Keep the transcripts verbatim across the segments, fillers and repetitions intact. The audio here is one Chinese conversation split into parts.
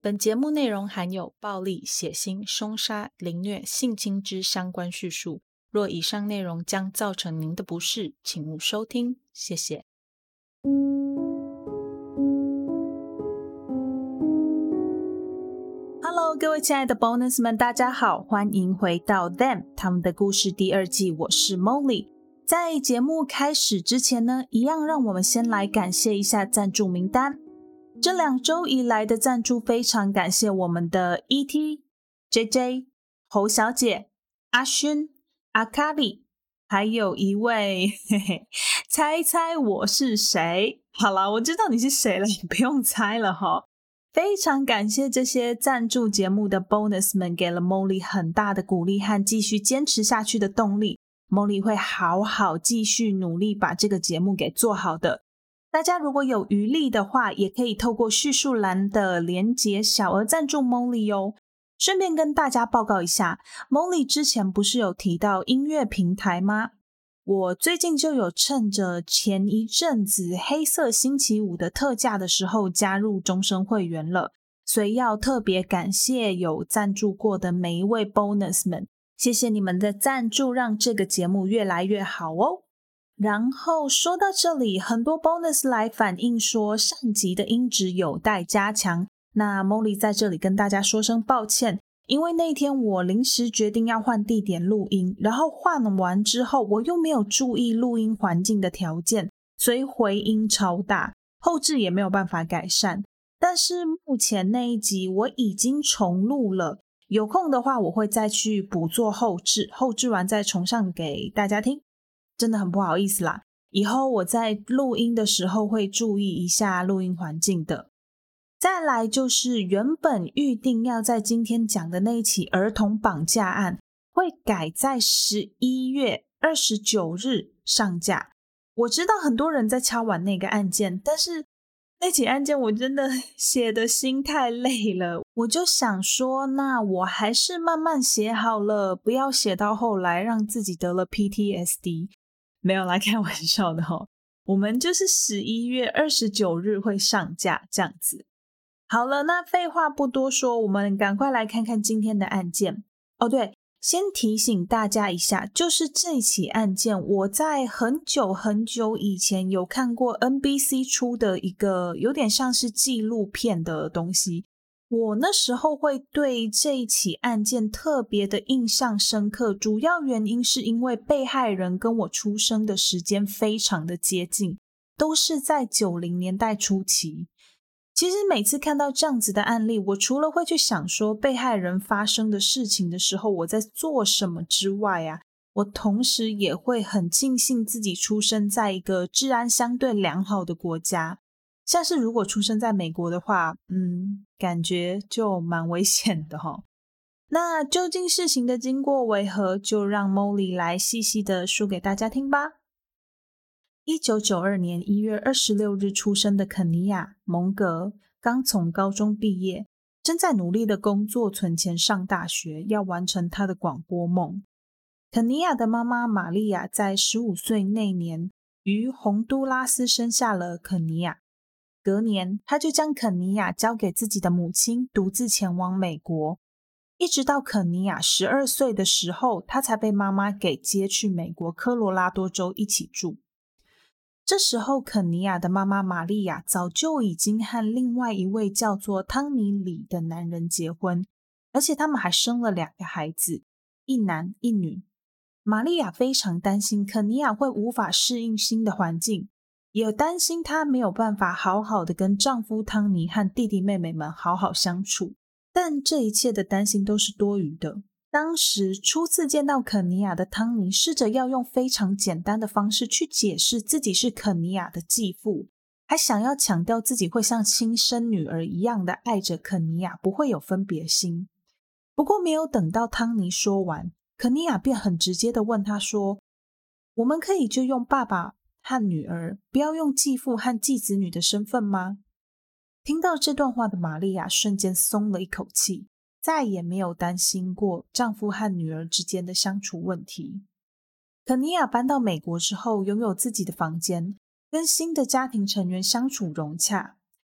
本节目内容含有暴力、血腥、凶杀、凌虐、性侵之相关叙述，若以上内容将造成您的不适，请勿收听，谢谢。Hello， 各位亲爱的 bonus 们，大家好，欢迎回到 Them 他们的故事第二季，我是 Molly。在节目开始之前呢，一样让我们先来感谢一下赞助名单。这两周以来的赞助，非常感谢我们的 E T、J J、侯小姐、阿勋、阿卡里，还有一位嘿嘿，猜猜我是谁？好啦，我知道你是谁了，你不用猜了齁。非常感谢这些赞助节目的 bonus 们，给了 Molly 很大的鼓励和继续坚持下去的动力。Molly 会好好继续努力把这个节目给做好的。大家如果有余力的话，也可以透过叙述栏的连结小额赞助 Molly 哦。顺便跟大家报告一下， Molly 之前不是有提到音乐平台吗？我最近就有趁着前一阵子黑色星期五的特价的时候加入终身会员了，所以要特别感谢有赞助过的每一位 bonus 们，谢谢你们的赞助，让这个节目越来越好哦。然后说到这里，很多 bonus 来反映说上集的音质有待加强，那 Molly 在这里跟大家说声抱歉，因为那天我临时决定要换地点录音，然后换完之后我又没有注意录音环境的条件，所以回音超大，后制也没有办法改善。但是目前那一集我已经重录了，有空的话我会再去补做后制，后制完再重上给大家听。真的很不好意思啦，以后我在录音的时候会注意一下录音环境的。再来就是原本预定要在今天讲的那一起儿童绑架案，会改在十一月二十九日上架。我知道很多人在敲碗那个案件，但是那起案件我真的写的心太累了，我就想说那我还是慢慢写好了，不要写到后来让自己得了 P T S D。没有啦，开玩笑的齁。我们就是十一月二十九日会上架这样子。好了，那废话不多说，我们赶快来看看今天的案件。哦对，先提醒大家一下，就是这起案件我在很久很久以前有看过 N B C 出的一个有点像是纪录片的东西，我那时候会对这一起案件特别的印象深刻，主要原因是因为被害人跟我出生的时间非常的接近，都是在九零年代初期。其实每次看到这样子的案例，我除了会去想说被害人发生的事情的时候我在做什么之外啊，我同时也会很庆幸自己出生在一个治安相对良好的国家。像是如果出生在美国的话，嗯，感觉就蛮危险的齁。那究竟事情的经过为何，就让 Molly 来细细的说给大家听吧。一九九二年一月二十六日出生的肯尼亚·蒙格刚从高中毕业，正在努力的工作存钱上大学，要完成他的广播梦。肯尼亚的妈妈玛利亚在十五岁那年于洪都拉斯生下了肯尼亚，隔年他就将肯尼亚交给自己的母亲，独自前往美国。一直到肯尼亚十二岁的时候，他才被妈妈给接去美国科罗拉多州一起住。这时候肯尼亚的妈妈玛利亚早就已经和另外一位叫做汤尼里的男人结婚，而且他们还生了两个孩子，一男一女。玛利亚非常担心肯尼亚会无法适应新的环境，也担心她没有办法好好的跟丈夫汤尼和弟弟妹妹们好好相处，但这一切的担心都是多余的。当时初次见到肯尼亚的汤尼试着要用非常简单的方式去解释自己是肯尼亚的继父，还想要强调自己会像亲生女儿一样的爱着肯尼亚，不会有分别心。不过没有等到汤尼说完，肯尼亚便很直接的问他说，我们可以就用爸爸和女儿，不要用继父和继子女的身份吗？听到这段话的玛利亚瞬间松了一口气，再也没有担心过丈夫和女儿之间的相处问题。肯尼亚搬到美国之后，拥有自己的房间，跟新的家庭成员相处融洽。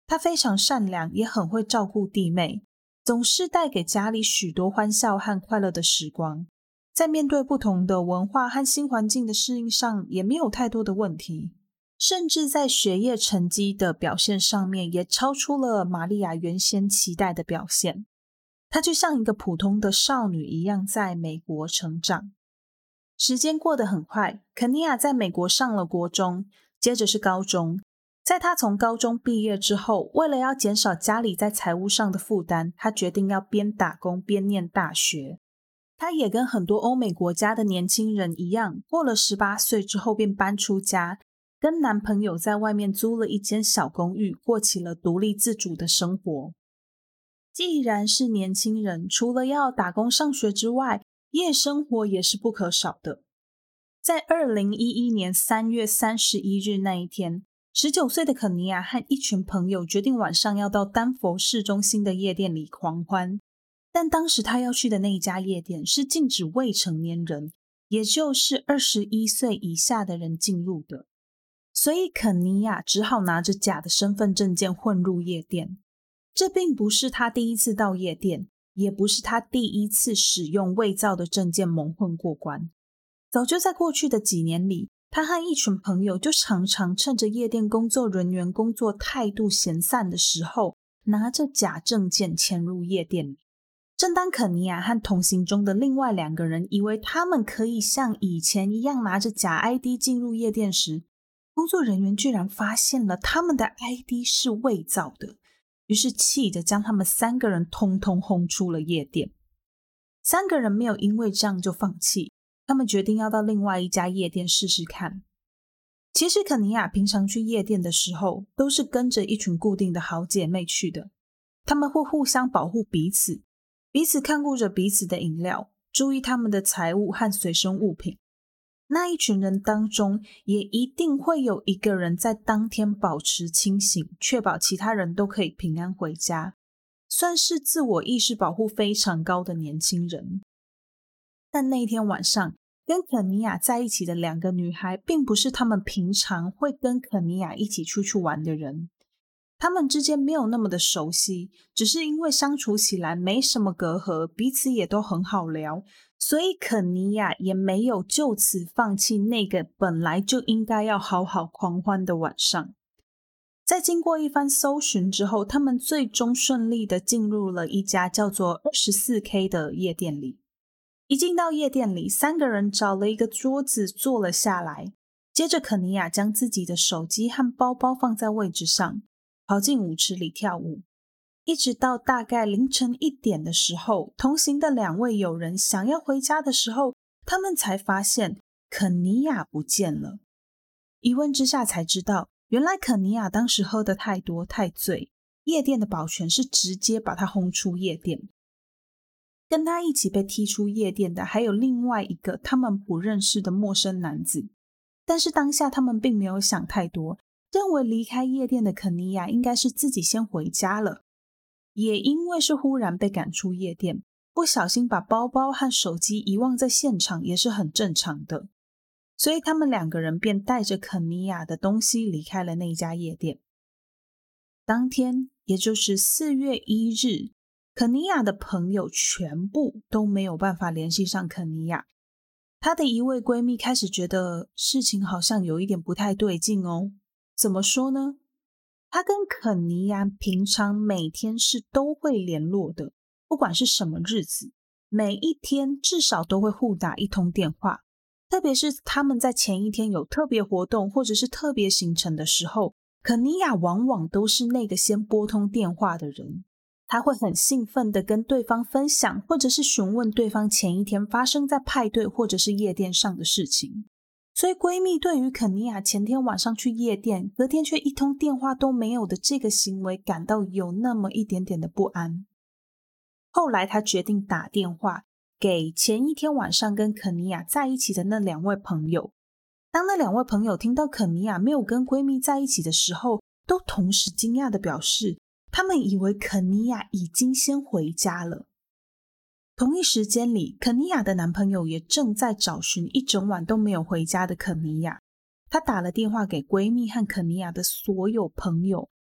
她非常善良，也很会照顾弟妹，总是带给家里许多欢笑和快乐的时光。在面对不同的文化和新环境的适应上，也没有太多的问题，甚至在学业成绩的表现上面，也超出了玛利亚原先期待的表现。她就像一个普通的少女一样，在美国成长。时间过得很快，肯尼亚在美国上了国中，接着是高中。在她从高中毕业之后，为了要减少家里在财务上的负担，她决定要边打工边念大学。她也跟很多欧美国家的年轻人一样，过了十八岁之后便搬出家，跟男朋友在外面租了一间小公寓，过起了独立自主的生活。既然是年轻人，除了要打工上学之外，夜生活也是不可少的。在二零一一年三月三十一日那一天，十九岁的肯尼亚和一群朋友决定晚上要到丹佛市中心的夜店里狂欢。但当时他要去的那一家夜店是禁止未成年人，也就是二十一岁以下的人进入的。所以肯尼亚只好拿着假的身份证件混入夜店。这并不是他第一次到夜店，也不是他第一次使用伪造的证件蒙混过关。早就在过去的几年里，他和一群朋友就常常趁着夜店工作人员工作态度闲散的时候，拿着假证件潜入夜店里。正当肯尼亚和同行中的另外两个人以为他们可以像以前一样拿着假 I D 进入夜店时，工作人员居然发现了他们的 I D 是伪造的，于是气得将他们三个人通通轰出了夜店。三个人没有因为这样就放弃，他们决定要到另外一家夜店试试看。其实肯尼亚平常去夜店的时候，都是跟着一群固定的好姐妹去的，他们会互相保护彼此，彼此看顾着彼此的饮料，注意他们的财物和随身物品。那一群人当中，也一定会有一个人在当天保持清醒，确保其他人都可以平安回家，算是自我意识保护非常高的年轻人。但那天晚上，跟肯尼亚在一起的两个女孩，并不是他们平常会跟肯尼亚一起出去玩的人。他们之间没有那么的熟悉，只是因为相处起来没什么隔阂，彼此也都很好聊，所以肯尼亚也没有就此放弃那个本来就应该要好好狂欢的晚上。在经过一番搜寻之后，他们最终顺利的进入了一家叫做 二十四 K 的夜店里。一进到夜店里，三个人找了一个桌子坐了下来，接着肯尼亚将自己的手机和包包放在位置上，跑进舞池里跳舞。一直到大概凌晨一点的时候，同行的两位友人想要回家的时候，他们才发现肯尼亚不见了。一问之下才知道，原来肯尼亚当时喝得太多太醉，夜店的保全是直接把他轰出夜店。跟他一起被踢出夜店的还有另外一个他们不认识的陌生男子，但是当下他们并没有想太多，认为离开夜店的肯尼亚应该是自己先回家了。也因为是忽然被赶出夜店，不小心把包包和手机遗忘在现场也是很正常的，所以他们两个人便带着肯尼亚的东西离开了那家夜店。当天，也就是四月一日，肯尼亚的朋友全部都没有办法联系上肯尼亚。她的一位闺蜜开始觉得事情好像有一点不太对劲哦。怎么说呢？她跟肯尼亚平常每天是都会联络的，不管是什么日子，每一天至少都会互打一通电话。特别是他们在前一天有特别活动或者是特别行程的时候，肯尼亚往往都是那个先拨通电话的人。他会很兴奋地跟对方分享，或者是询问对方前一天发生在派对或者是夜店上的事情。所以闺蜜对于肯尼亚前天晚上去夜店，隔天却一通电话都没有的这个行为感到有那么一点点的不安。后来她决定打电话给前一天晚上跟肯尼亚在一起的那两位朋友。当那两位朋友听到肯尼亚没有跟闺蜜在一起的时候，都同时惊讶地表示，他们以为肯尼亚已经先回家了。同一时间里，肯尼亚的男朋友也正在找寻一整晚都没有回家的肯尼亚。他打了电话给闺蜜和肯尼亚的所有朋友，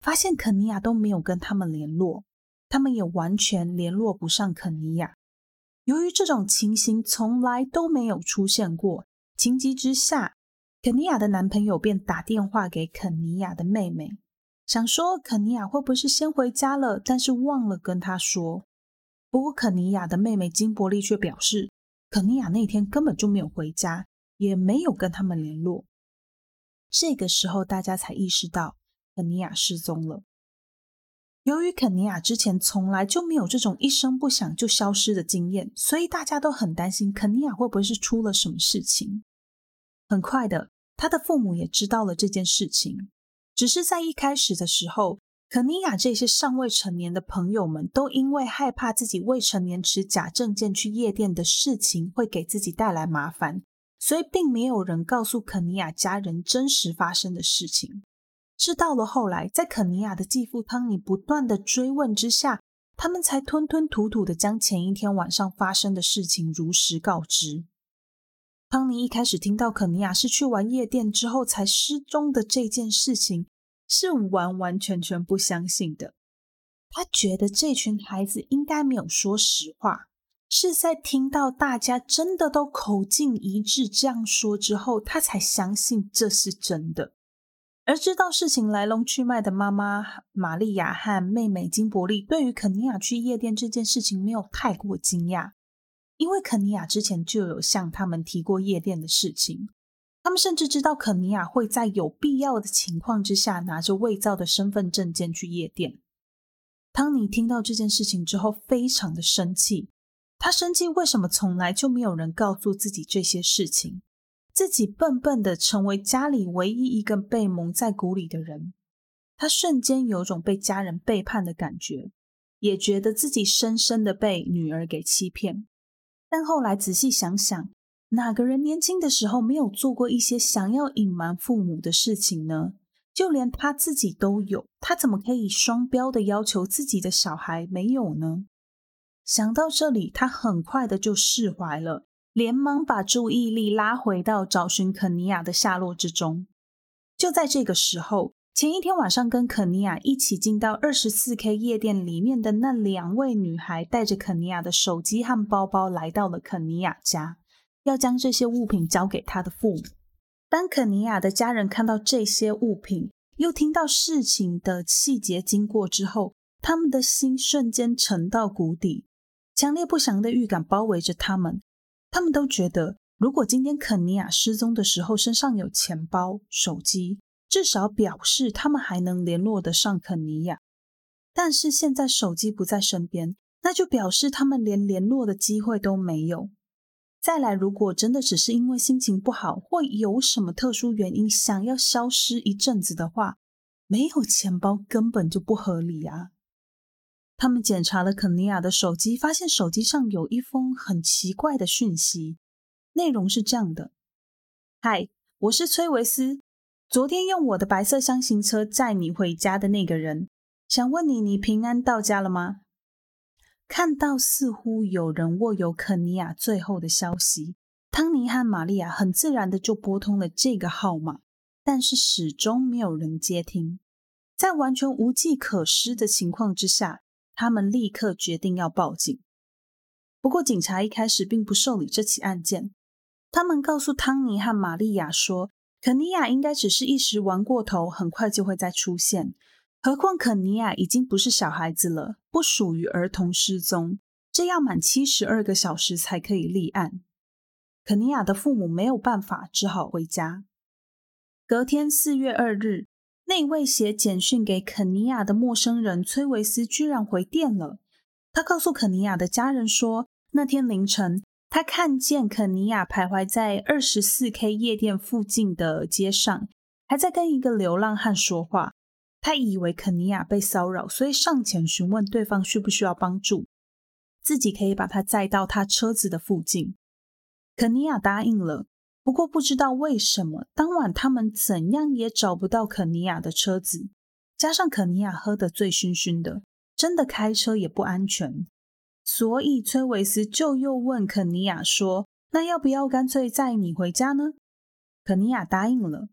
发现肯尼亚都没有跟他们联络，他们也完全联络不上肯尼亚。由于这种情形从来都没有出现过，情急之下，肯尼亚的男朋友便打电话给肯尼亚的妹妹，想说肯尼亚会不会是先回家了，但是忘了跟她说。不过肯尼亚的妹妹金伯利却表示，肯尼亚那天根本就没有回家，也没有跟他们联络。这个时候大家才意识到肯尼亚失踪了。由于肯尼亚之前从来就没有这种一声不响就消失的经验，所以大家都很担心肯尼亚会不会是出了什么事情。很快的，他的父母也知道了这件事情，只是在一开始的时候，肯尼亚这些尚未成年的朋友们都因为害怕自己未成年持假证件去夜店的事情会给自己带来麻烦，所以并没有人告诉肯尼亚家人真实发生的事情。是到了后来，在肯尼亚的继父汤尼不断的追问之下，他们才吞吞吐吐的将前一天晚上发生的事情如实告知。汤尼一开始听到肯尼亚是去玩夜店之后才失踪的这件事情，是完完全全不相信的。他觉得这群孩子应该没有说实话，是在听到大家真的都口径一致这样说之后，他才相信这是真的。而知道事情来龙去脉的妈妈玛利亚和妹妹金伯利对于肯尼亚去夜店这件事情没有太过惊讶，因为肯尼亚之前就有向他们提过夜店的事情，他们甚至知道肯尼亚会在有必要的情况之下拿着伪造的身份证件去夜店。汤尼听到这件事情之后非常的生气，他生气为什么从来就没有人告诉自己这些事情，自己笨笨的成为家里唯一一个被蒙在鼓里的人。他瞬间有种被家人背叛的感觉，也觉得自己深深的被女儿给欺骗。但后来仔细想想，哪个人年轻的时候没有做过一些想要隐瞒父母的事情呢？就连他自己都有，他怎么可以双标的要求自己的小孩没有呢？想到这里，他很快的就释怀了，连忙把注意力拉回到找寻肯尼亚的下落之中。就在这个时候，前一天晚上跟肯尼亚一起进到 二十四 K 夜店里面的那两位女孩带着肯尼亚的手机和包包来到了肯尼亚家，要将这些物品交给他的父母。当肯尼亚的家人看到这些物品，又听到事情的细节经过之后，他们的心瞬间沉到谷底，强烈不祥的预感包围着他们。他们都觉得，如果今天肯尼亚失踪的时候身上有钱包、手机，至少表示他们还能联络得上肯尼亚。但是现在手机不在身边，那就表示他们连联络的机会都没有。再来，如果真的只是因为心情不好，或有什么特殊原因想要消失一阵子的话，没有钱包根本就不合理啊。他们检查了肯尼亚的手机，发现手机上有一封很奇怪的讯息，内容是这样的：嗨，我是崔维斯，昨天用我的白色箱型车载你回家的那个人，想问你，你平安到家了吗？看到似乎有人握有肯尼亚最后的消息，汤尼和玛利亚很自然的就拨通了这个号码，但是始终没有人接听。在完全无计可施的情况之下，他们立刻决定要报警。不过警察一开始并不受理这起案件，他们告诉汤尼和玛利亚说，肯尼亚应该只是一时玩过头，很快就会再出现。何况肯尼亚已经不是小孩子了，不属于儿童失踪，这要满七十二个小时才可以立案。肯尼亚的父母没有办法，只好回家。隔天四月二日，那位写简讯给肯尼亚的陌生人崔维斯居然回电了。他告诉肯尼亚的家人说，那天凌晨他看见肯尼亚徘徊在 二十四 K 夜店附近的街上，还在跟一个流浪汉说话。他以为肯尼亚被骚扰，所以上前询问对方需不需要帮助，自己可以把他载到他车子的附近。肯尼亚答应了，不过不知道为什么，当晚他们怎样也找不到肯尼亚的车子，加上肯尼亚喝得醉醺醺的，真的开车也不安全，所以崔维斯就又问肯尼亚说，那要不要干脆载你回家呢？肯尼亚答应了。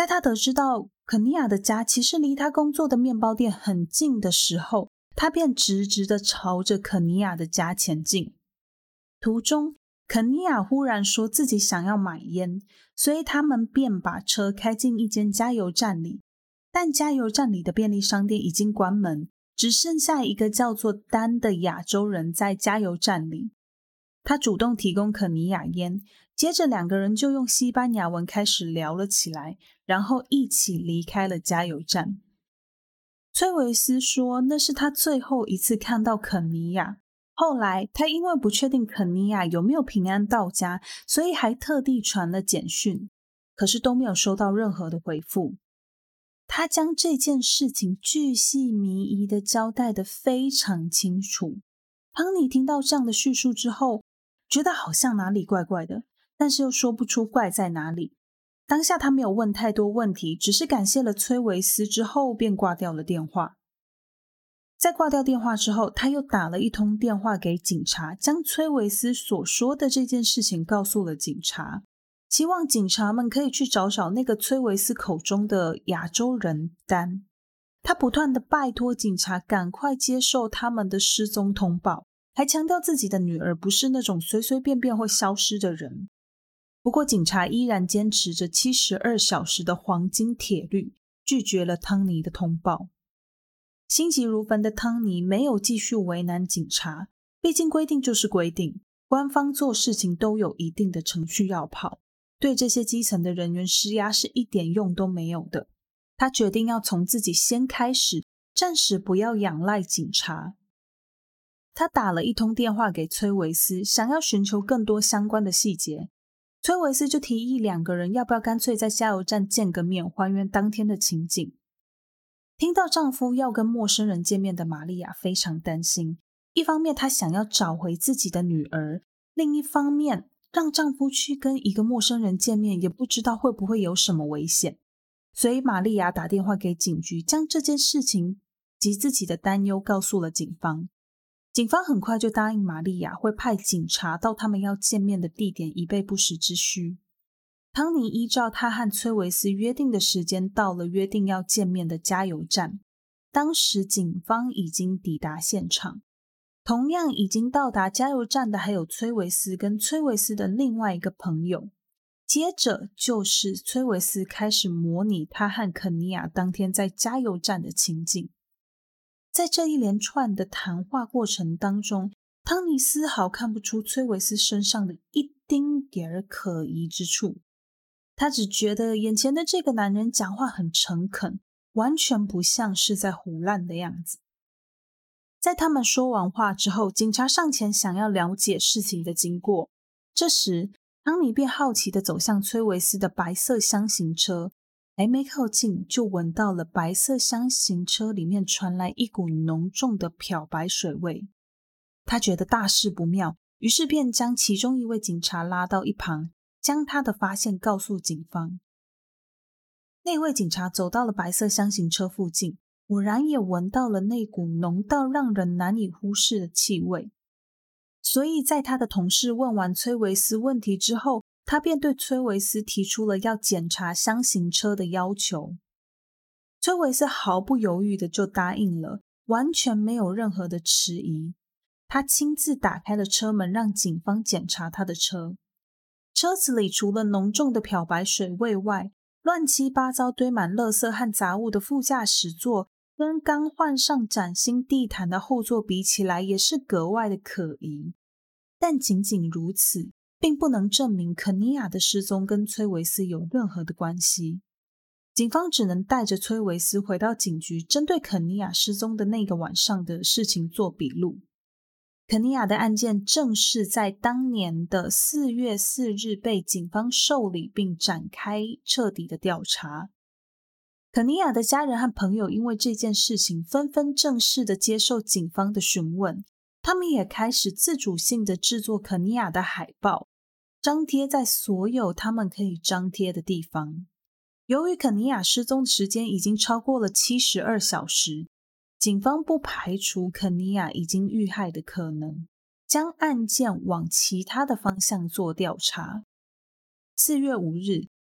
在他得知到肯尼亚的家其实离他工作的面包店很近的时候，他便直直地朝着肯尼亚的家前进。途中，肯尼亚忽然说自己想要买烟，所以他们便把车开进一间加油站里。但加油站里的便利商店已经关门，只剩下一个叫做丹的亚洲人在加油站里。他主动提供肯尼亚烟，接着两个人就用西班牙文开始聊了起来，然后一起离开了加油站。崔维斯说那是他最后一次看到肯尼亚，后来他因为不确定肯尼亚有没有平安到家，所以还特地传了简讯，可是都没有收到任何的回复。他将这件事情巨细靡遗地交代得非常清楚。汤尼听到这样的叙述之后，觉得好像哪里怪怪的，但是又说不出怪在哪里。当下他没有问太多问题，只是感谢了崔维斯之后便挂掉了电话。在挂掉电话之后，他又打了一通电话给警察，将崔维斯所说的这件事情告诉了警察，希望警察们可以去找找那个崔维斯口中的亚洲人丹。他不断的拜托警察赶快接受他们的失踪通报，还强调自己的女儿不是那种随随便便会消失的人。不过警察依然坚持着七十二小时的黄金铁律，拒绝了汤尼的通报。心急如焚的汤尼没有继续为难警察，毕竟规定就是规定，官方做事情都有一定的程序要跑，对这些基层的人员施压是一点用都没有的。他决定要从自己先开始，暂时不要仰赖警察。他打了一通电话给崔维斯，想要寻求更多相关的细节。崔维斯就提议两个人要不要干脆在加油站见个面，还原当天的情景。听到丈夫要跟陌生人见面的玛利亚非常担心，一方面她想要找回自己的女儿，另一方面让丈夫去跟一个陌生人见面也不知道会不会有什么危险。所以玛利亚打电话给警局，将这件事情及自己的担忧告诉了警方。警方很快就答应玛利亚会派警察到他们要见面的地点，以备不时之需。汤尼依照他和崔维斯约定的时间到了约定要见面的加油站，当时警方已经抵达现场。同样已经到达加油站的还有崔维斯跟崔维斯的另外一个朋友。接着就是崔维斯开始模拟他和肯尼亚当天在加油站的情景。在这一连串的谈话过程当中，汤尼丝毫看不出崔维斯身上的一丁点儿可疑之处。他只觉得眼前的这个男人讲话很诚恳，完全不像是在胡乱的样子。在他们说完话之后，警察上前想要了解事情的经过。这时汤尼便好奇地走向崔维斯的白色箱型车，还没靠近就闻到了白色箱型车里面传来一股浓重的漂白水味。他觉得大事不妙，于是便将其中一位警察拉到一旁，将他的发现告诉警方。那位警察走到了白色箱型车附近，果然也闻到了那股浓到让人难以忽视的气味。所以在他的同事问完崔维斯问题之后，他便对崔维斯提出了要检查箱型车的要求。崔维斯毫不犹豫的就答应了，完全没有任何的迟疑。他亲自打开了车门，让警方检查他的车。车子里除了浓重的漂白水味外，乱七八糟堆满垃圾和杂物的副驾驶座跟刚换上崭新地毯的后座比起来也是格外的可疑。但仅仅如此，并不能证明肯尼亚的失踪跟崔维斯有任何的关系。警方只能带着崔维斯回到警局，针对肯尼亚失踪的那个晚上的事情做笔录。肯尼亚的案件正是在当年的四月四日被警方受理并展开彻底的调查。肯尼亚的家人和朋友因为这件事情纷纷正式的接受警方的询问，他们也开始自主性的制作肯尼亚的海报，张贴在所有他们可以张贴的地方。由于肯尼亚失踪的时间已经超过了七十二小时，警方不排除肯尼亚已经遇害的可能，将案件往其他的方向做调查。四月五日，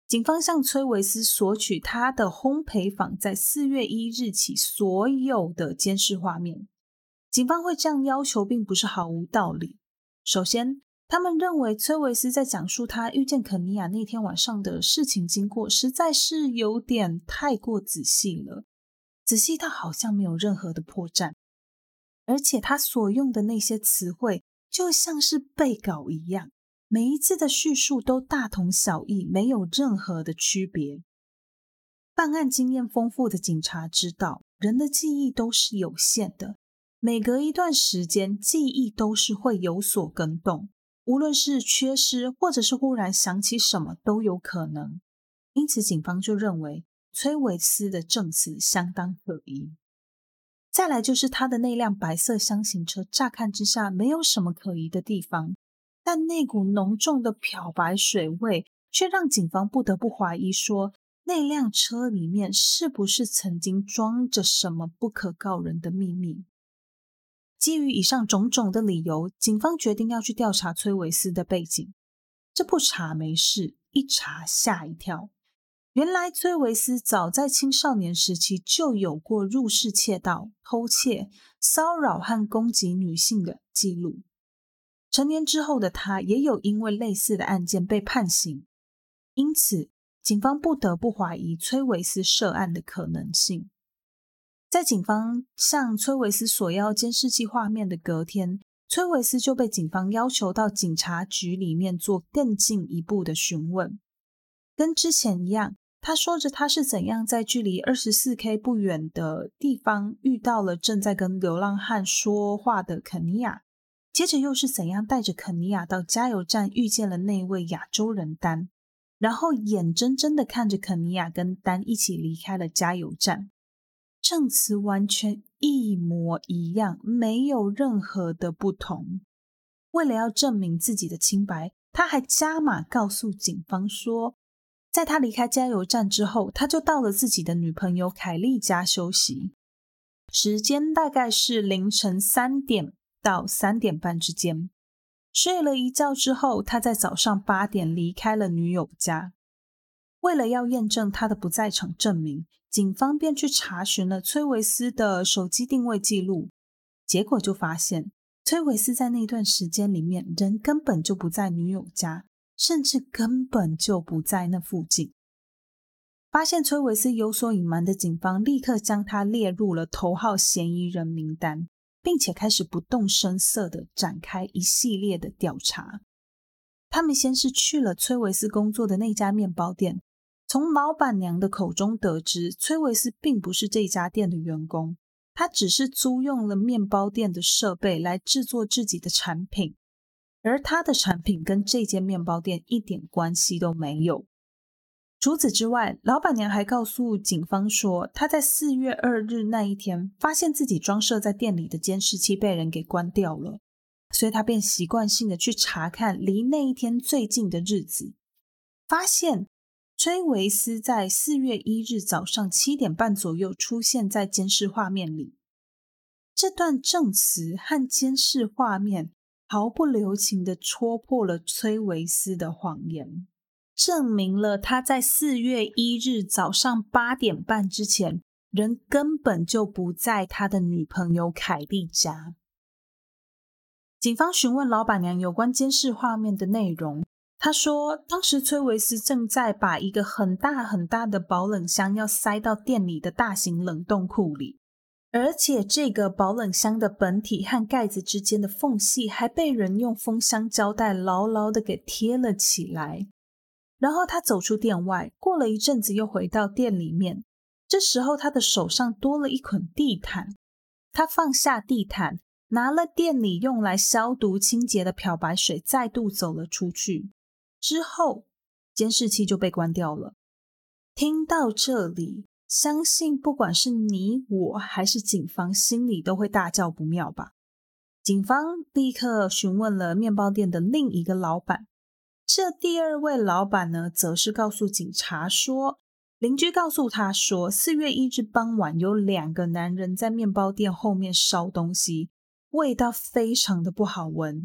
警方向崔维斯索取他的烘焙坊在四月一日起所有的监视画面。警方会这样要求并不是毫无道理。首先，他们认为崔维斯在讲述他遇见肯尼亚那天晚上的事情经过实在是有点太过仔细了，仔细到好像没有任何的破绽，而且他所用的那些词汇就像是背稿一样，每一次的叙述都大同小异，没有任何的区别。办案经验丰富的警察知道，人的记忆都是有限的，每隔一段时间记忆都是会有所更动，无论是缺失或者是忽然想起什么都有可能。因此警方就认为崔维斯的证词相当可疑。再来就是他的那辆白色箱型车，乍看之下没有什么可疑的地方，但那股浓重的漂白水味却让警方不得不怀疑说，那辆车里面是不是曾经装着什么不可告人的秘密。基于以上种种的理由，警方决定要去调查崔维斯的背景。这不查没事，一查吓一跳。原来崔维斯早在青少年时期就有过入室窃盗、偷窃、骚扰和攻击女性的记录。成年之后的他也有因为类似的案件被判刑，因此警方不得不怀疑崔维斯涉案的可能性。在警方向崔维斯索要监视器画面的隔天，崔维斯就被警方要求到警察局里面做更进一步的询问。跟之前一样，他说着他是怎样在距离 二十四 K 不远的地方遇到了正在跟流浪汉说话的肯尼亚，接着又是怎样带着肯尼亚到加油站遇见了那位亚洲人丹，然后眼睁睁地看着肯尼亚跟丹一起离开了加油站。证词完全一模一样，没有任何的不同。为了要证明自己的清白，他还加码告诉警方说，在他离开加油站之后，他就到了自己的女朋友凯莉家休息，时间大概是凌晨三点到三点半之间。睡了一觉之后，他在早上八点离开了女友家。为了要验证他的不在场证明，警方便去查询了崔维斯的手机定位记录，结果就发现崔维斯在那段时间里面人根本就不在女友家，甚至根本就不在那附近。发现崔维斯有所隐瞒的警方立刻将他列入了头号嫌疑人名单，并且开始不动声色地展开一系列的调查。他们先是去了崔维斯工作的那家面包店，从老板娘的口中得知崔维斯并不是这家店的员工，他只是租用了面包店的设备来制作自己的产品，而他的产品跟这间面包店一点关系都没有。除此之外，老板娘还告诉警方说，她在四月二日那一天发现自己装设在店里的监视器被人给关掉了，所以她便习惯性的去查看离那一天最近的日子，发现崔维斯在四月一日早上七点半左右出现在监视画面里。这段证词和监视画面毫不留情地戳破了崔维斯的谎言，证明了他在四月一日早上八点半之前，人根本就不在他的女朋友凯莉家。警方询问老板娘有关监视画面的内容，他说当时崔维斯正在把一个很大很大的保冷箱要塞到店里的大型冷冻库里，而且这个保冷箱的本体和盖子之间的缝隙还被人用封箱胶带牢牢地给贴了起来。然后他走出店外，过了一阵子又回到店里面，这时候他的手上多了一捆地毯，他放下地毯，拿了店里用来消毒清洁的漂白水，再度走了出去。之后监视器就被关掉了。听到这里，相信不管是你我还是警方心里都会大叫不妙吧。警方立刻询问了面包店的另一个老板，这第二位老板呢，则是告诉警察说，邻居告诉他说，四月一日傍晚有两个男人在面包店后面烧东西，味道非常的不好闻。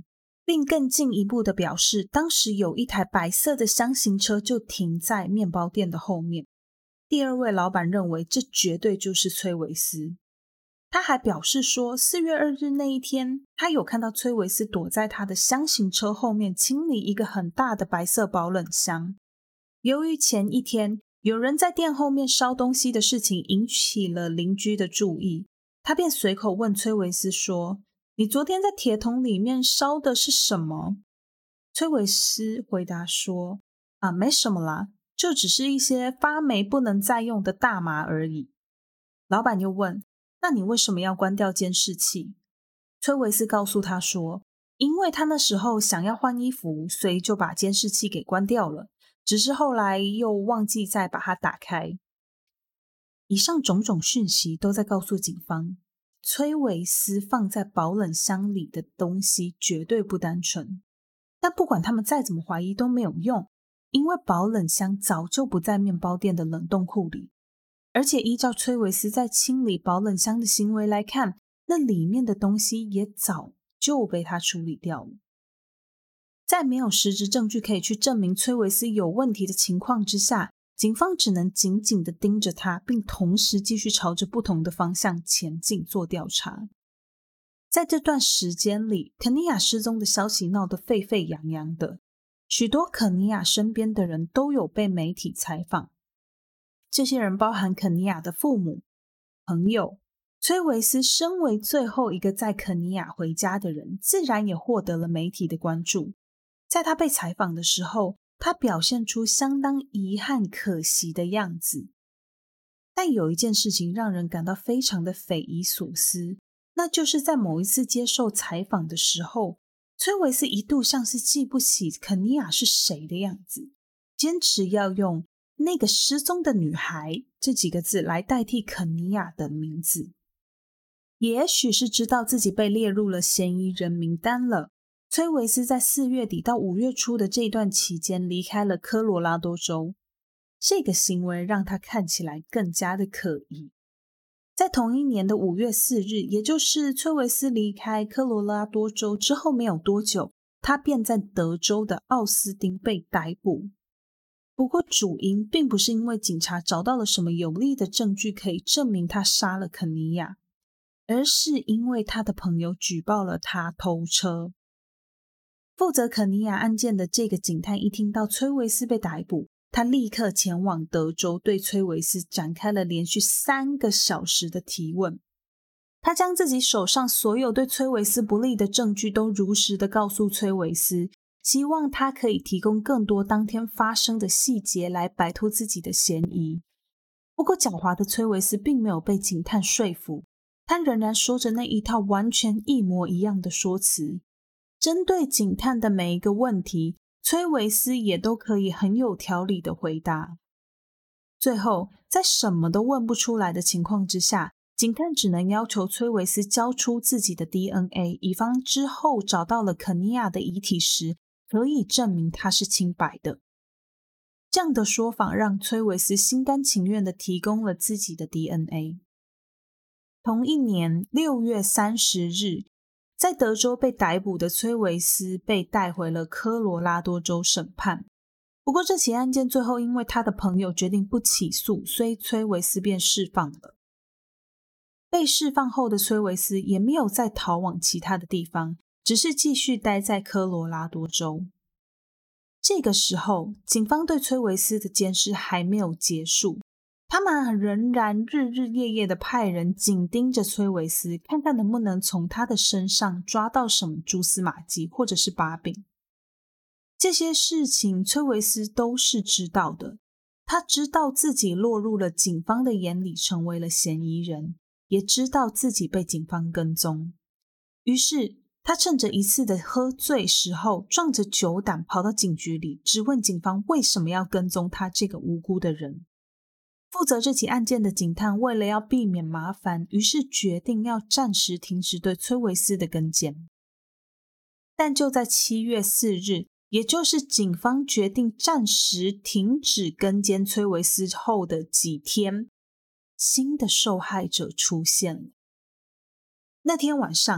并更进一步的表示，当时有一台白色的箱型车就停在面包店的后面。第二位老板认为这绝对就是崔维斯。他还表示说，四月二日那一天，他有看到崔维斯躲在他的箱型车后面清理一个很大的白色保冷箱。由于前一天有人在店后面烧东西的事情引起了邻居的注意，他便随口问崔维斯说，你昨天在铁桶里面烧的是什么？崔维斯回答说，啊，没什么啦，就只是一些发霉不能再用的大麻而已。老板又问，那你为什么要关掉监视器？崔维斯告诉他说，因为他那时候想要换衣服，所以就把监视器给关掉了，只是后来又忘记再把它打开。以上种种讯息都在告诉警方，崔维斯放在保冷箱里的东西绝对不单纯。但不管他们再怎么怀疑都没有用，因为保冷箱早就不在面包店的冷冻库里。而且依照崔维斯在清理保冷箱的行为来看，那里面的东西也早就被他处理掉了。在没有实质证据可以去证明崔维斯有问题的情况之下，警方只能紧紧地盯着他，并同时继续朝着不同的方向前进做调查。在这段时间里，肯尼亚失踪的消息闹得沸沸扬扬的，许多肯尼亚身边的人都有被媒体采访。这些人包含肯尼亚的父母、朋友。崔维斯身为最后一个在肯尼亚回家的人，自然也获得了媒体的关注。在他被采访的时候，他表现出相当遗憾可惜的样子。但有一件事情让人感到非常的匪夷所思，那就是在某一次接受采访的时候，崔维斯一度像是记不起肯尼亚是谁的样子，坚持要用那个失踪的女孩这几个字来代替肯尼亚的名字。也许是知道自己被列入了嫌疑人名单了，崔维斯在四月底到五月初的这段期间离开了科罗拉多州。这个行为让他看起来更加的可疑。在同一年的五月四日，也就是崔维斯离开科罗拉多州之后没有多久，他便在德州的奥斯汀被逮捕。不过主因并不是因为警察找到了什么有力的证据可以证明他杀了肯尼亚，而是因为他的朋友举报了他偷车。负责肯尼亚案件的这个警探一听到崔维斯被逮捕，他立刻前往德州，对崔维斯展开了连续三个小时的提问。他将自己手上所有对崔维斯不利的证据都如实的告诉崔维斯，希望他可以提供更多当天发生的细节来摆脱自己的嫌疑。不过狡猾的崔维斯并没有被警探说服，他仍然说着那一套完全一模一样的说辞。针对警探的每一个问题，崔维斯也都可以很有条理的回答。最后，在什么都问不出来的情况之下，警探只能要求崔维斯交出自己的 D N A， 以防之后找到了肯尼亚的遗体时，可以证明他是清白的。这样的说法让崔维斯心甘情愿地提供了自己的 D N A。同一年六月三十日，在德州被逮捕的崔维斯被带回了科罗拉多州审判。不过这起案件最后因为他的朋友决定不起诉，所以崔维斯便释放了。被释放后的崔维斯也没有再逃往其他的地方，只是继续待在科罗拉多州。这个时候，警方对崔维斯的监视还没有结束，他们仍然日日夜夜的派人紧盯着崔维斯，看看能不能从他的身上抓到什么蛛丝马迹或者是把柄。这些事情崔维斯都是知道的，他知道自己落入了警方的眼里，成为了嫌疑人，也知道自己被警方跟踪。于是他趁着一次的喝醉时候，壮着酒胆跑到警局里，质问警方为什么要跟踪他这个无辜的人。负责这起案件的警探为了要避免麻烦，于是决定要暂时停止对崔维斯的跟监。但就在七月四日，也就是警方决定暂时停止跟监崔维斯后的几天，新的受害者出现了。那天晚上，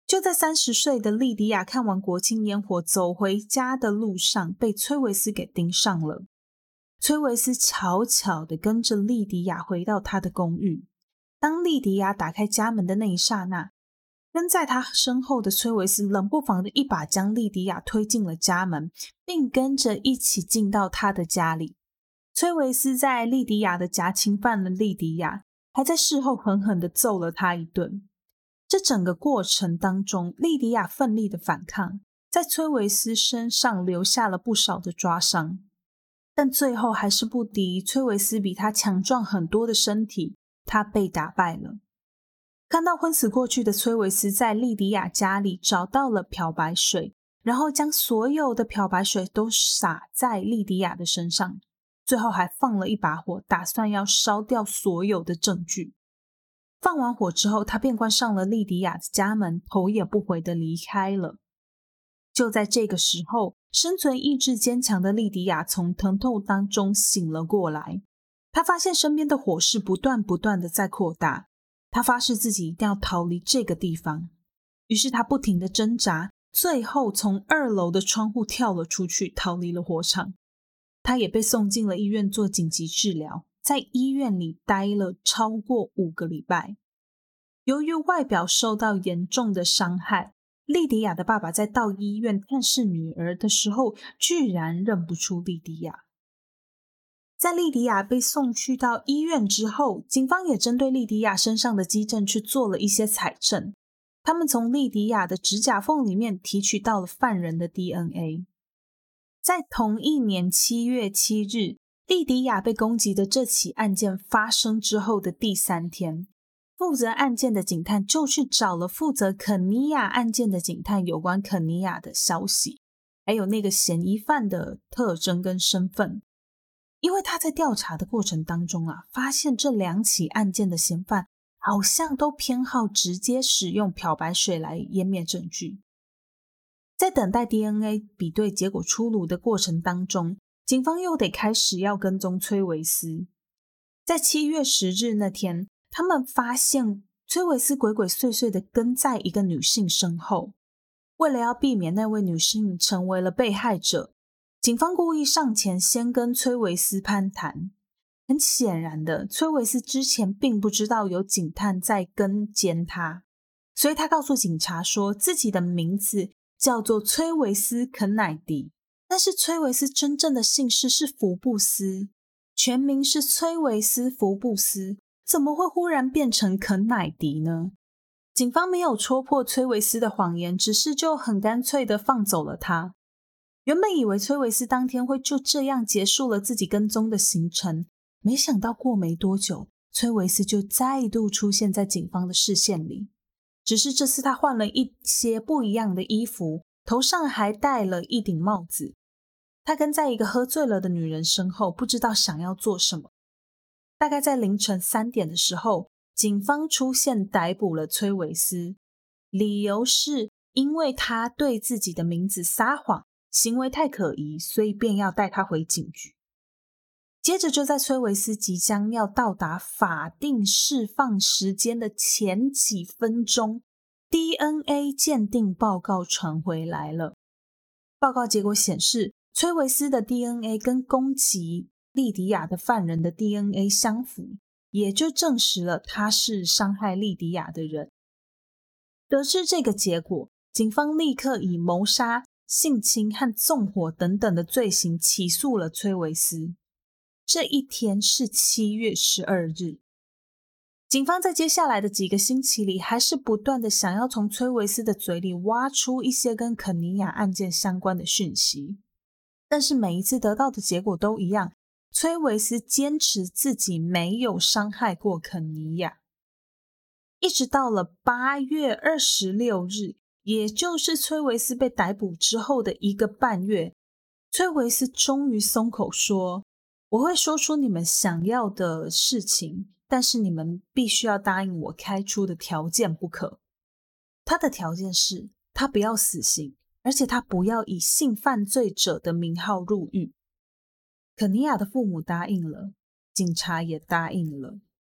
就在三十岁的莉迪亚看完国庆烟火走回家的路上，被崔维斯给盯上了。崔维斯悄悄地跟着莉迪亚回到他的公寓。当莉迪亚打开家门的那一刹那，跟在他身后的崔维斯冷不防的一把将莉迪亚推进了家门，并跟着一起进到他的家里。崔维斯在莉迪亚的家侵犯了莉迪亚，还在事后狠狠地揍了他一顿。这整个过程当中，莉迪亚奋力的反抗，在崔维斯身上留下了不少的抓伤，但最后还是不敌崔维斯比他强壮很多的身体，他被打败了。看到昏死过去的崔维斯在莉迪亚家里找到了漂白水，然后将所有的漂白水都洒在莉迪亚的身上，最后还放了一把火，打算要烧掉所有的证据。放完火之后，他便关上了莉迪亚的家门，头也不回地离开了。就在这个时候，生存意志坚强的莉迪亚从疼痛当中醒了过来。她发现身边的火势不断不断的在扩大，她发誓自己一定要逃离这个地方。于是她不停的挣扎，最后从二楼的窗户跳了出去，逃离了火场。她也被送进了医院做紧急治疗，在医院里待了超过五个礼拜。由于外表受到严重的伤害，莉迪亚的爸爸在到医院探视女儿的时候，居然认不出莉迪亚。在莉迪亚被送去到医院之后，警方也针对莉迪亚身上的基证去做了一些采证。他们从莉迪亚的指甲缝里面提取到了犯人的 D N A。 在同一年七月七日，莉迪亚被攻击的这起案件发生之后的第三天，负责案件的警探就去找了负责肯尼亚案件的警探有关肯尼亚的消息，还有那个嫌疑犯的特征跟身份。因为他在调查的过程当中啊，发现这两起案件的嫌犯好像都偏好直接使用漂白水来湮灭证据。在等待 D N A 比对结果出炉的过程当中，警方又得开始要跟踪崔维斯。在七月十日那天，他们发现崔维斯鬼鬼祟祟地跟在一个女性身后。为了要避免那位女性成为了被害者，警方故意上前先跟崔维斯攀谈。很显然的，崔维斯之前并不知道有警探在跟监他，所以他告诉警察说自己的名字叫做崔维斯·肯乃迪，但是崔维斯真正的姓氏是福布斯，全名是崔维斯·福布斯，怎么会忽然变成肯乃迪呢？警方没有戳破崔维斯的谎言，只是就很干脆的放走了他。原本以为崔维斯当天会就这样结束了自己跟踪的行程，没想到过没多久，崔维斯就再度出现在警方的视线里。只是这次他换了一些不一样的衣服，头上还戴了一顶帽子。他跟在一个喝醉了的女人身后，不知道想要做什么。大概在凌晨三点的时候，警方出现逮捕了崔维斯，理由是因为他对自己的名字撒谎，行为太可疑，所以便要带他回警局。接着就在崔维斯即将要到达法定释放时间的前几分钟， D N A 鉴定报告传回来了。报告结果显示，崔维斯的 D N A 跟攻击莉迪亚的犯人的 D N A 相符，也就证实了他是伤害莉迪亚的人。得知这个结果，警方立刻以谋杀、性侵和纵火等等的罪行起诉了崔维斯。这一天是七月十二日。警方在接下来的几个星期里，还是不断的想要从崔维斯的嘴里挖出一些跟肯尼亚案件相关的讯息，但是每一次得到的结果都一样，崔维斯坚持自己没有伤害过肯尼亚。一直到了八月二十六日，也就是崔维斯被逮捕之后的一个半月，崔维斯终于松口说，我会说出你们想要的事情，但是你们必须要答应我开出的条件不可。他的条件是，他不要死刑，而且他不要以性犯罪者的名号入狱。肯尼亚的父母答应了，警察也答应了。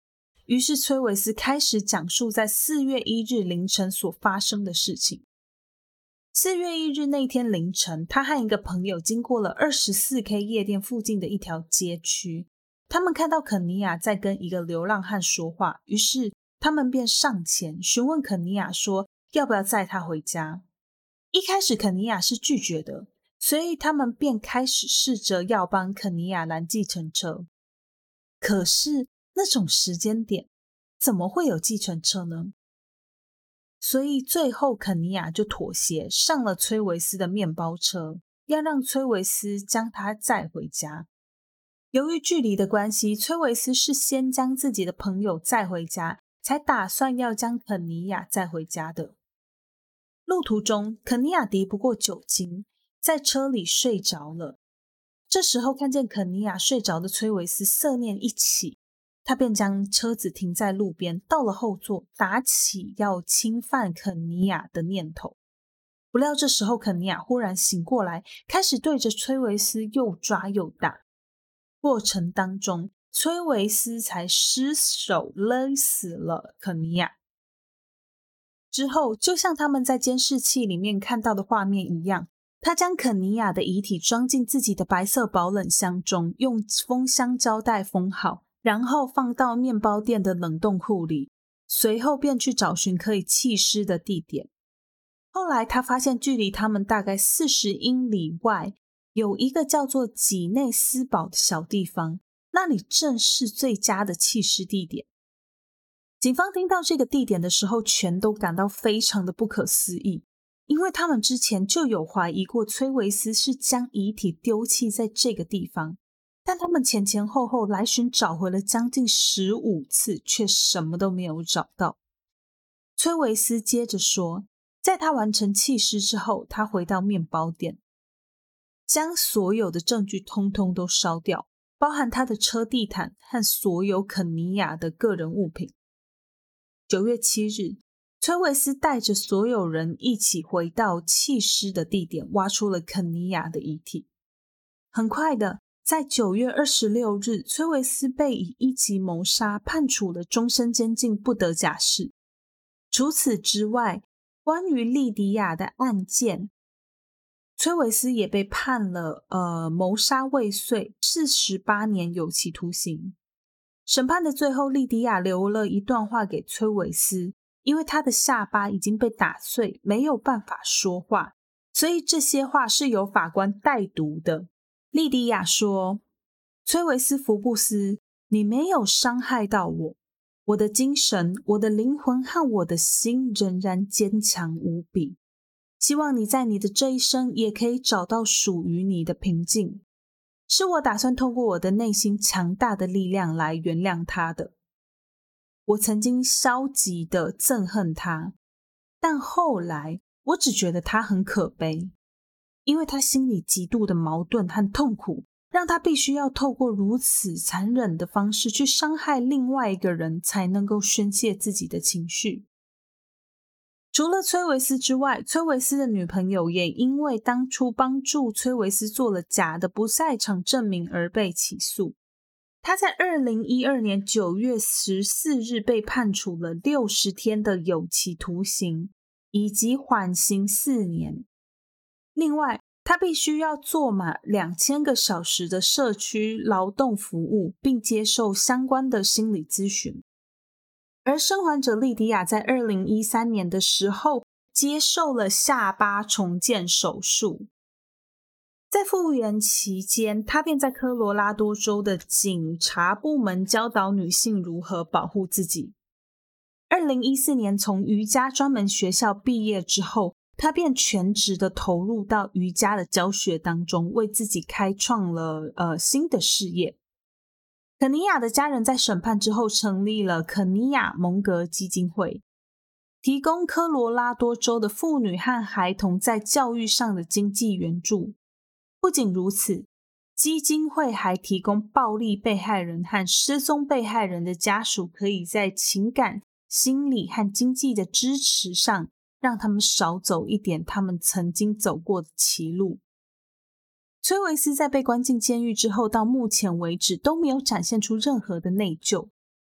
于是崔维斯开始讲述在四月一日凌晨所发生的事情。四月一日那天凌晨，他和一个朋友经过了 二十四 K 夜店附近的一条街区，他们看到肯尼亚在跟一个流浪汉说话，于是他们便上前询问肯尼亚说要不要载他回家。一开始肯尼亚是拒绝的，所以他们便开始试着要帮肯尼亚拦计程车。可是那种时间点怎么会有计程车呢？所以最后肯尼亚就妥协，上了崔维斯的面包车，要让崔维斯将他载回家。由于距离的关系，崔维斯是先将自己的朋友载回家，才打算要将肯尼亚载回家的。路途中，肯尼亚敌不过酒精，在车里睡着了。这时候看见肯尼亚睡着的崔维斯色念一起，他便将车子停在路边，到了后座，打起要侵犯肯尼亚的念头。不料这时候肯尼亚忽然醒过来，开始对着崔维斯又抓又打。过程当中，崔维斯才失手勒死了肯尼亚。之后就像他们在监视器里面看到的画面一样，他将肯尼亚的遗体装进自己的白色保冷箱中，用封箱胶带封好，然后放到面包店的冷冻库里，随后便去找寻可以弃尸的地点。后来他发现距离他们大概四十英里外有一个叫做几内斯堡的小地方，那里正是最佳的弃尸地点。警方听到这个地点的时候，全都感到非常的不可思议，因为他们之前就有怀疑过崔维斯是将遗体丢弃在这个地方，但他们前前后后来寻找回了将近十五次，却什么都没有找到。崔维斯接着说，在他完成弃尸之后，他回到面包店，将所有的证据通通都烧掉，包含他的车地毯和所有肯尼亚的个人物品。九月七日，崔维斯带着所有人一起回到弃尸的地点，挖出了肯尼亚的遗体。很快的，在九月二十六日，崔维斯被以一级谋杀判处了终身监禁，不得假释。除此之外，关于莉迪亚的案件，崔维斯也被判了呃谋杀未遂，四十八年有期徒刑。审判的最后，莉迪亚留了一段话给崔维斯，因为他的下巴已经被打碎，没有办法说话，所以这些话是由法官代读的。莉迪亚说，崔维斯·福布斯，你没有伤害到我，我的精神、我的灵魂和我的心仍然坚强无比。希望你在你的这一生也可以找到属于你的平静。是我打算透过我的内心强大的力量来原谅他的。我曾经消极的憎恨他，但后来我只觉得他很可悲，因为他心里极度的矛盾和痛苦，让他必须要透过如此残忍的方式去伤害另外一个人，才能够宣泄自己的情绪。除了崔维斯之外，崔维斯的女朋友也因为当初帮助崔维斯做了假的不在场证明而被起诉。她在二零一二年九月十四日被判处了六十天的有期徒刑，以及缓刑四年。另外，她必须要做满两千个小时的社区劳动服务，并接受相关的心理咨询。而生还者莉迪亚在二零一三年的时候接受了下巴重建手术。在复原期间，她便在科罗拉多州的警察部门教导女性如何保护自己。二零一四年从瑜伽专门学校毕业之后，她便全职的投入到瑜伽的教学当中，为自己开创了呃新的事业。肯尼亚的家人在审判之后成立了肯尼亚蒙格基金会，提供科罗拉多州的妇女和孩童在教育上的经济援助。不仅如此，基金会还提供暴力被害人和失踪被害人的家属可以在情感、心理和经济的支持上，让他们少走一点他们曾经走过的歧路。崔维斯在被关进监狱之后，到目前为止都没有展现出任何的内疚。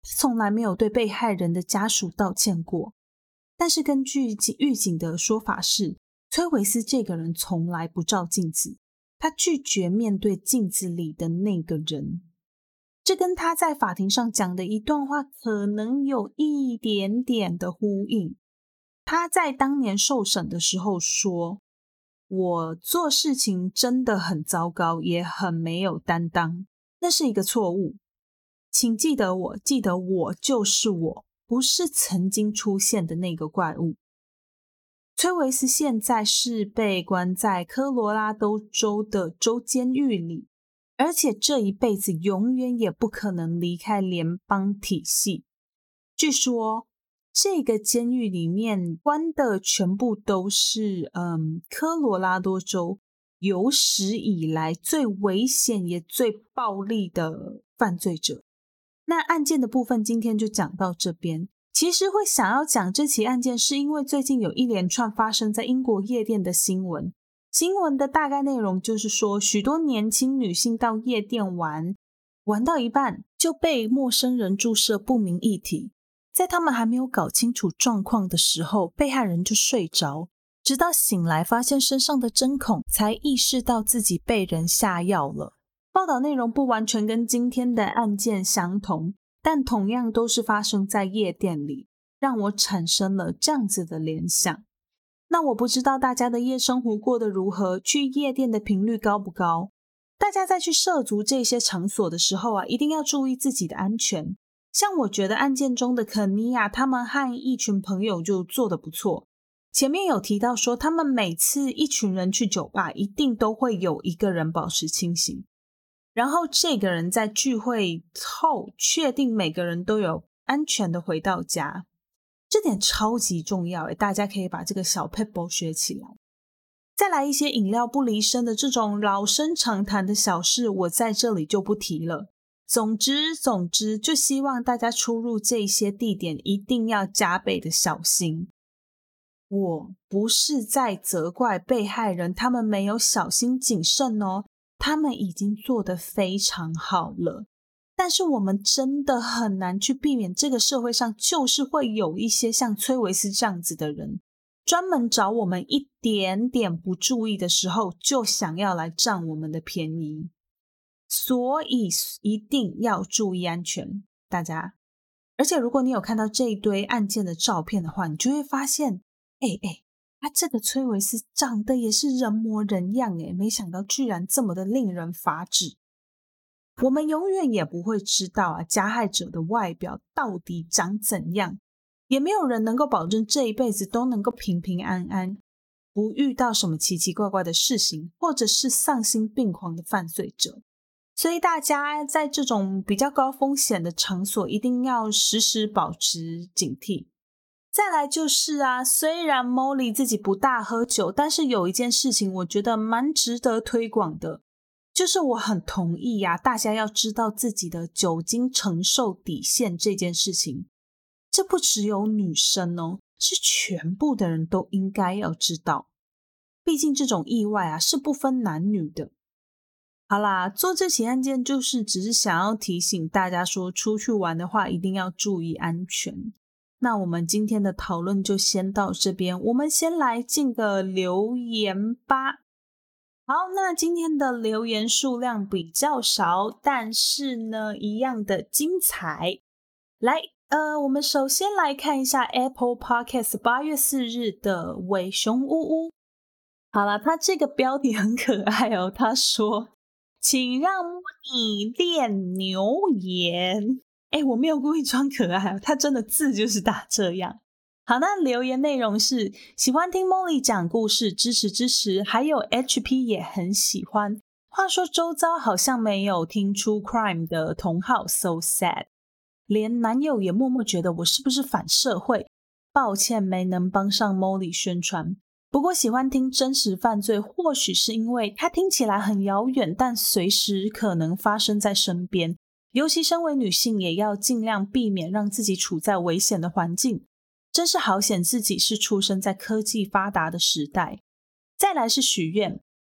从来没有对被害人的家属道歉过。但是根据狱警的说法是，崔维斯这个人从来不照镜子，他拒绝面对镜子里的那个人。这跟他在法庭上讲的一段话可能有一点点的呼应。他在当年受审的时候说，我做事情真的很糟糕，也很没有担当，那是一个错误。请记得我，记得我就是我，不是曾经出现的那个怪物。崔维斯现在是被关在科罗拉多州的州监狱里，而且这一辈子永远也不可能离开联邦体系。据说这个监狱里面关的全部都是嗯，科罗拉多州有史以来最危险也最暴力的犯罪者。那案件的部分今天就讲到这边。其实会想要讲这起案件是因为最近有一连串发生在英国夜店的新闻。新闻的大概内容就是说，许多年轻女性到夜店玩，玩到一半就被陌生人注射不明液体，在他们还没有搞清楚状况的时候，被害人就睡着，直到醒来发现身上的针孔，才意识到自己被人下药了。报道内容不完全跟今天的案件相同，但同样都是发生在夜店里，让我产生了这样子的联想。那我不知道大家的夜生活过得如何，去夜店的频率高不高？大家在去涉足这些场所的时候啊，一定要注意自己的安全。像我觉得案件中的肯尼亚，他们和一群朋友就做得不错。前面有提到说，他们每次一群人去酒吧，一定都会有一个人保持清醒。然后这个人在聚会后确定每个人都有安全的回到家，这点超级重要耶，大家可以把这个小 pebble 学起来。再来一些饮料不离身的这种老生常谈的小事，我在这里就不提了。总之总之就希望大家出入这些地点一定要加倍的小心。我不是在责怪被害人他们没有小心谨慎哦，他们已经做得非常好了，但是我们真的很难去避免这个社会上就是会有一些像崔维斯这样子的人，专门找我们一点点不注意的时候就想要来占我们的便宜，所以一定要注意安全，大家。而且如果你有看到这一堆案件的照片的话，你就会发现哎哎啊，这个崔维斯长得也是人模人样诶，没想到居然这么的令人发指。我们永远也不会知道啊，加害者的外表到底长怎样，也没有人能够保证这一辈子都能够平平安安，不遇到什么奇奇怪怪的事情，或者是丧心病狂的犯罪者。所以大家在这种比较高风险的场所，一定要时时保持警惕。再来就是啊，虽然 Molly 自己不大喝酒，但是有一件事情我觉得蛮值得推广的，就是我很同意啊，大家要知道自己的酒精承受底线这件事情。这不只有女生哦，是全部的人都应该要知道。毕竟这种意外啊，是不分男女的。好啦，做这起案件就是只是想要提醒大家说，出去玩的话一定要注意安全。那我们今天的讨论就先到这边，我们先来进个留言吧。好，那今天的留言数量比较少，但是呢，一样的精彩。来，呃，我们首先来看一下 Apple Podcast 八月四日的伪熊屋屋。好啦，他这个标题很可爱哦，他说，请让你练牛言。诶，我没有故意装可爱，他真的字就是打这样。好，那留言内容是喜欢听 Molly 讲故事，支持支持，还有 H P 也很喜欢。话说周遭好像没有听出 Crime 的同好 So sad， 连男友也默默觉得我是不是反社会，抱歉没能帮上 Molly 宣传。不过喜欢听真实犯罪，或许是因为它听起来很遥远，但随时可能发生在身边。尤其身为女性，也要尽量避免让自己处在危险的环境。真是好险自己是出生在科技发达的时代。再来是许愿，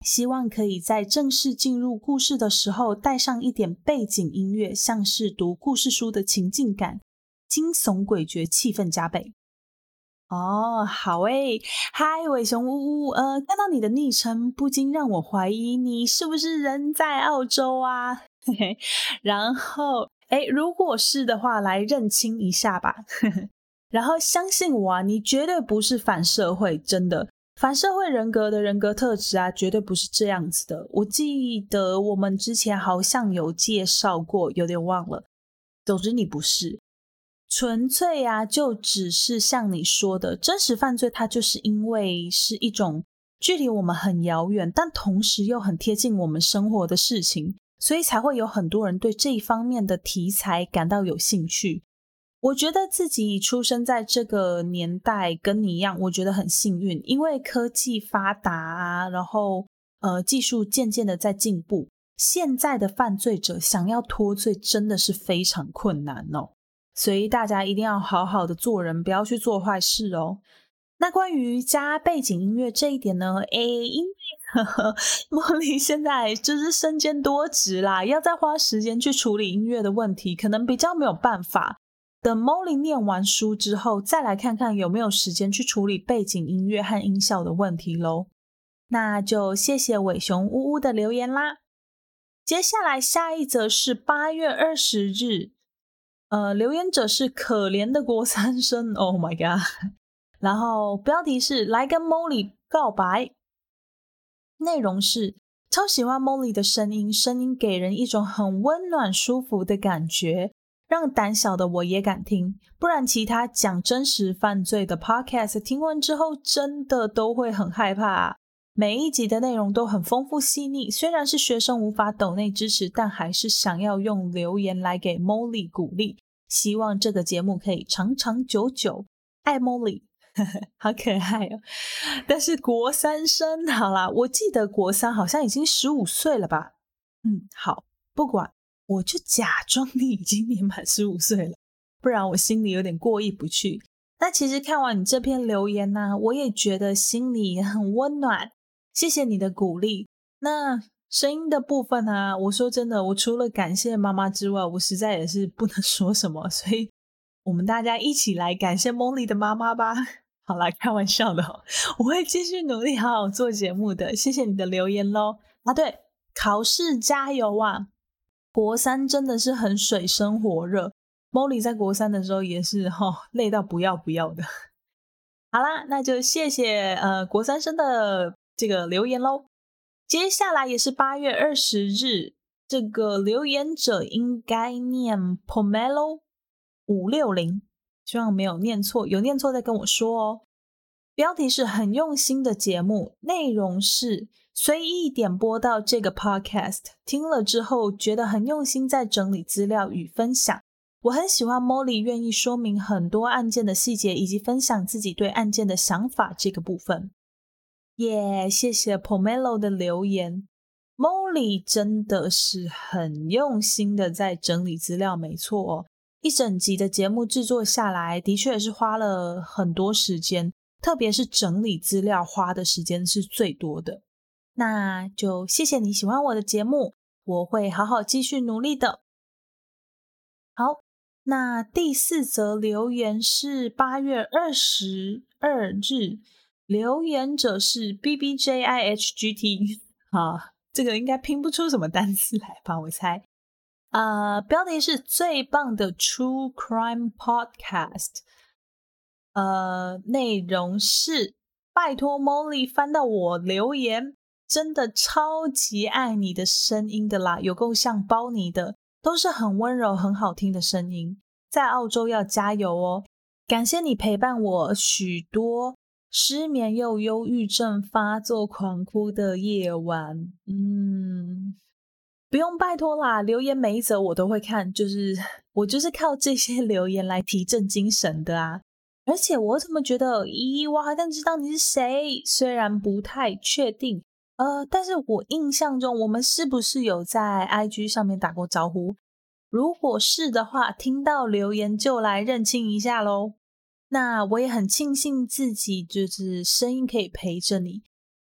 希望可以在正式进入故事的时候带上一点背景音乐，像是读故事书的情境感，惊悚诡谲，气氛加倍。哦，好诶，嗨，伟熊呜呜，呃，看到你的昵称，不禁让我怀疑你是不是人在澳洲啊？嘿嘿，然后，诶，如果是的话，来认清一下吧。然后相信我啊，你绝对不是反社会，真的。反社会人格的人格特质啊，绝对不是这样子的。我记得我们之前好像有介绍过，有点忘了。总之你不是，纯粹啊，就只是像你说的，真实犯罪它就是因为是一种距离我们很遥远，但同时又很贴近我们生活的事情，所以才会有很多人对这一方面的题材感到有兴趣。我觉得自己出生在这个年代跟你一样，我觉得很幸运，因为科技发达啊，然后呃技术渐渐的在进步，现在的犯罪者想要脱罪真的是非常困难哦，所以大家一定要好好的做人，不要去做坏事哦。那关于加背景音乐这一点呢，诶，因为呵呵茉莉现在就是身兼多职啦，要再花时间去处理音乐的问题，可能比较没有办法。等 Molly 念完书之后，再来看看有没有时间去处理背景音乐和音效的问题咯。那就谢谢伟熊呜呜的留言啦。接下来下一则是八月二十日，呃，留言者是可怜的国三生 ，Oh my god！ 然后标题是来跟 Molly 告白，内容是超喜欢 Molly 的声音，声音给人一种很温暖舒服的感觉。让胆小的我也敢听，不然其他讲真实犯罪的 podcast 听完之后真的都会很害怕啊。每一集的内容都很丰富细腻，虽然是学生无法抖内支持，但还是想要用留言来给 Molly 鼓励，希望这个节目可以长长久久。爱 Molly 好可爱哦。但是国三生，好啦，我记得国三好像已经十五岁了吧。嗯，好，不管，我就假装你已经年满十五岁了，不然我心里有点过意不去。那其实看完你这篇留言呢、啊，我也觉得心里很温暖，谢谢你的鼓励。那声音的部分啊，我说真的，我除了感谢妈妈之外，我实在也是不能说什么，所以我们大家一起来感谢 Molly 的妈妈吧。好啦，开玩笑的哦，我会继续努力好好做节目的，谢谢你的留言咯。啊对，考试加油啊！国三真的是很水深火热 Molly 在国三的时候也是、哦、累到不要不要的。好啦，那就谢谢呃国三生的这个留言咯。接下来也是八月二十日，这个留言者应该念 Pomelo 五六零，希望没有念错，有念错再跟我说哦。标题是很用心的节目，内容是随意点播到这个 podcast， 听了之后觉得很用心在整理资料与分享。我很喜欢 Molly 愿意说明很多案件的细节以及分享自己对案件的想法这个部分。耶、yeah, 谢谢 Pomelo 的留言。Molly 真的是很用心的在整理资料，没错哦。一整集的节目制作下来，的确是花了很多时间，特别是整理资料花的时间是最多的。那就谢谢你喜欢我的节目，我会好好继续努力的。好，那第四则留言是八月二十二日，留言者是 B B J I H G T 啊，这个应该拼不出什么单词来吧，我猜。呃，标题是最棒的 True Crime Podcast。呃，内容是拜托 Molly 翻到我留言，真的超级爱你的声音的啦，有够像包你的，都是很温柔很好听的声音，在澳洲要加油哦。感谢你陪伴我许多失眠又忧郁症发作狂哭的夜晚。嗯，不用拜托啦，留言每一则我都会看，就是我就是靠这些留言来提振精神的啊。而且我怎么觉得，咦，我好像知道你是谁，虽然不太确定，呃，但是我印象中我们是不是有在 I G 上面打过招呼？如果是的话，听到留言就来认清一下咯。那我也很庆幸自己就是声音可以陪着你，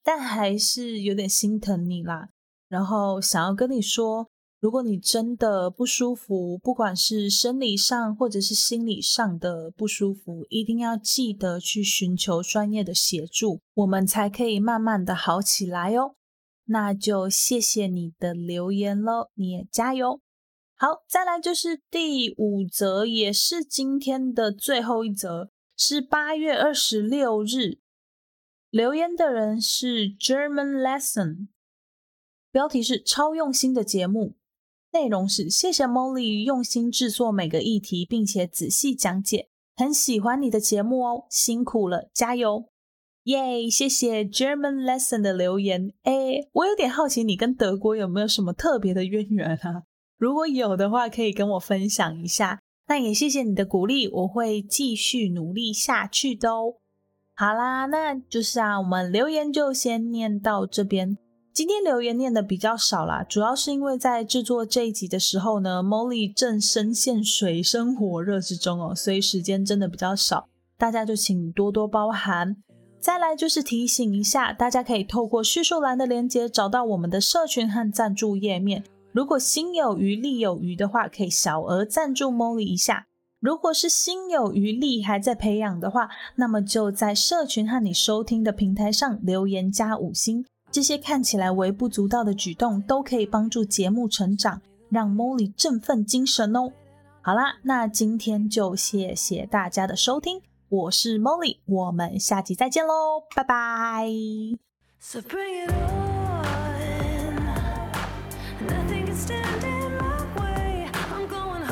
但还是有点心疼你啦，然后想要跟你说，如果你真的不舒服，不管是生理上或者是心理上的不舒服，一定要记得去寻求专业的协助，我们才可以慢慢的好起来哦。那就谢谢你的留言咯，你也加油。好，再来就是第五则，也是今天的最后一则，是八月二十六日。留言的人是 German Lesson， 标题是超用心的节目，内容是谢谢 Molly 用心制作每个议题并且仔细讲解，很喜欢你的节目哦，辛苦了，加油。耶，谢谢 German Lesson 的留言。诶，我有点好奇你跟德国有没有什么特别的渊源啊？如果有的话可以跟我分享一下，那也谢谢你的鼓励，我会继续努力下去的哦。好啦，那就是啊，我们留言就先念到这边。今天留言念的比较少啦，主要是因为在制作这一集的时候呢 Molly 正深陷水深火热之中哦，所以时间真的比较少，大家就请多多包涵。再来就是提醒一下，大家可以透过叙述栏的连结找到我们的社群和赞助页面，如果心有余力有余的话，可以小额赞助 Molly 一下。如果是心有余力还在培养的话，那么就在社群和你收听的平台上留言加五星，这些看起来微不足道的举动都可以帮助节目成长，让 Molly 振奋精神哦。好啦，那今天就谢谢大家的收听，我是 Molly， 我们下集再见咯，拜拜。So bring it on, nothing can stand in my way, I'm going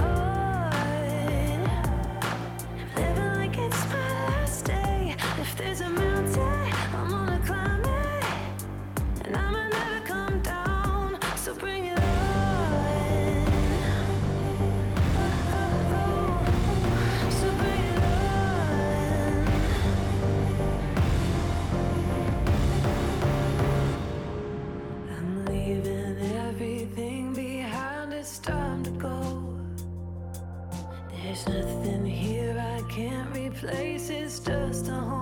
hard, living like it's my last day, if there's a mountain, I'm gonna climb it, and I'ma never come down, so bring it on, so bring it on, I'm leaving everything behind, it's time to go, there's nothing here I can't replace, it's just a home.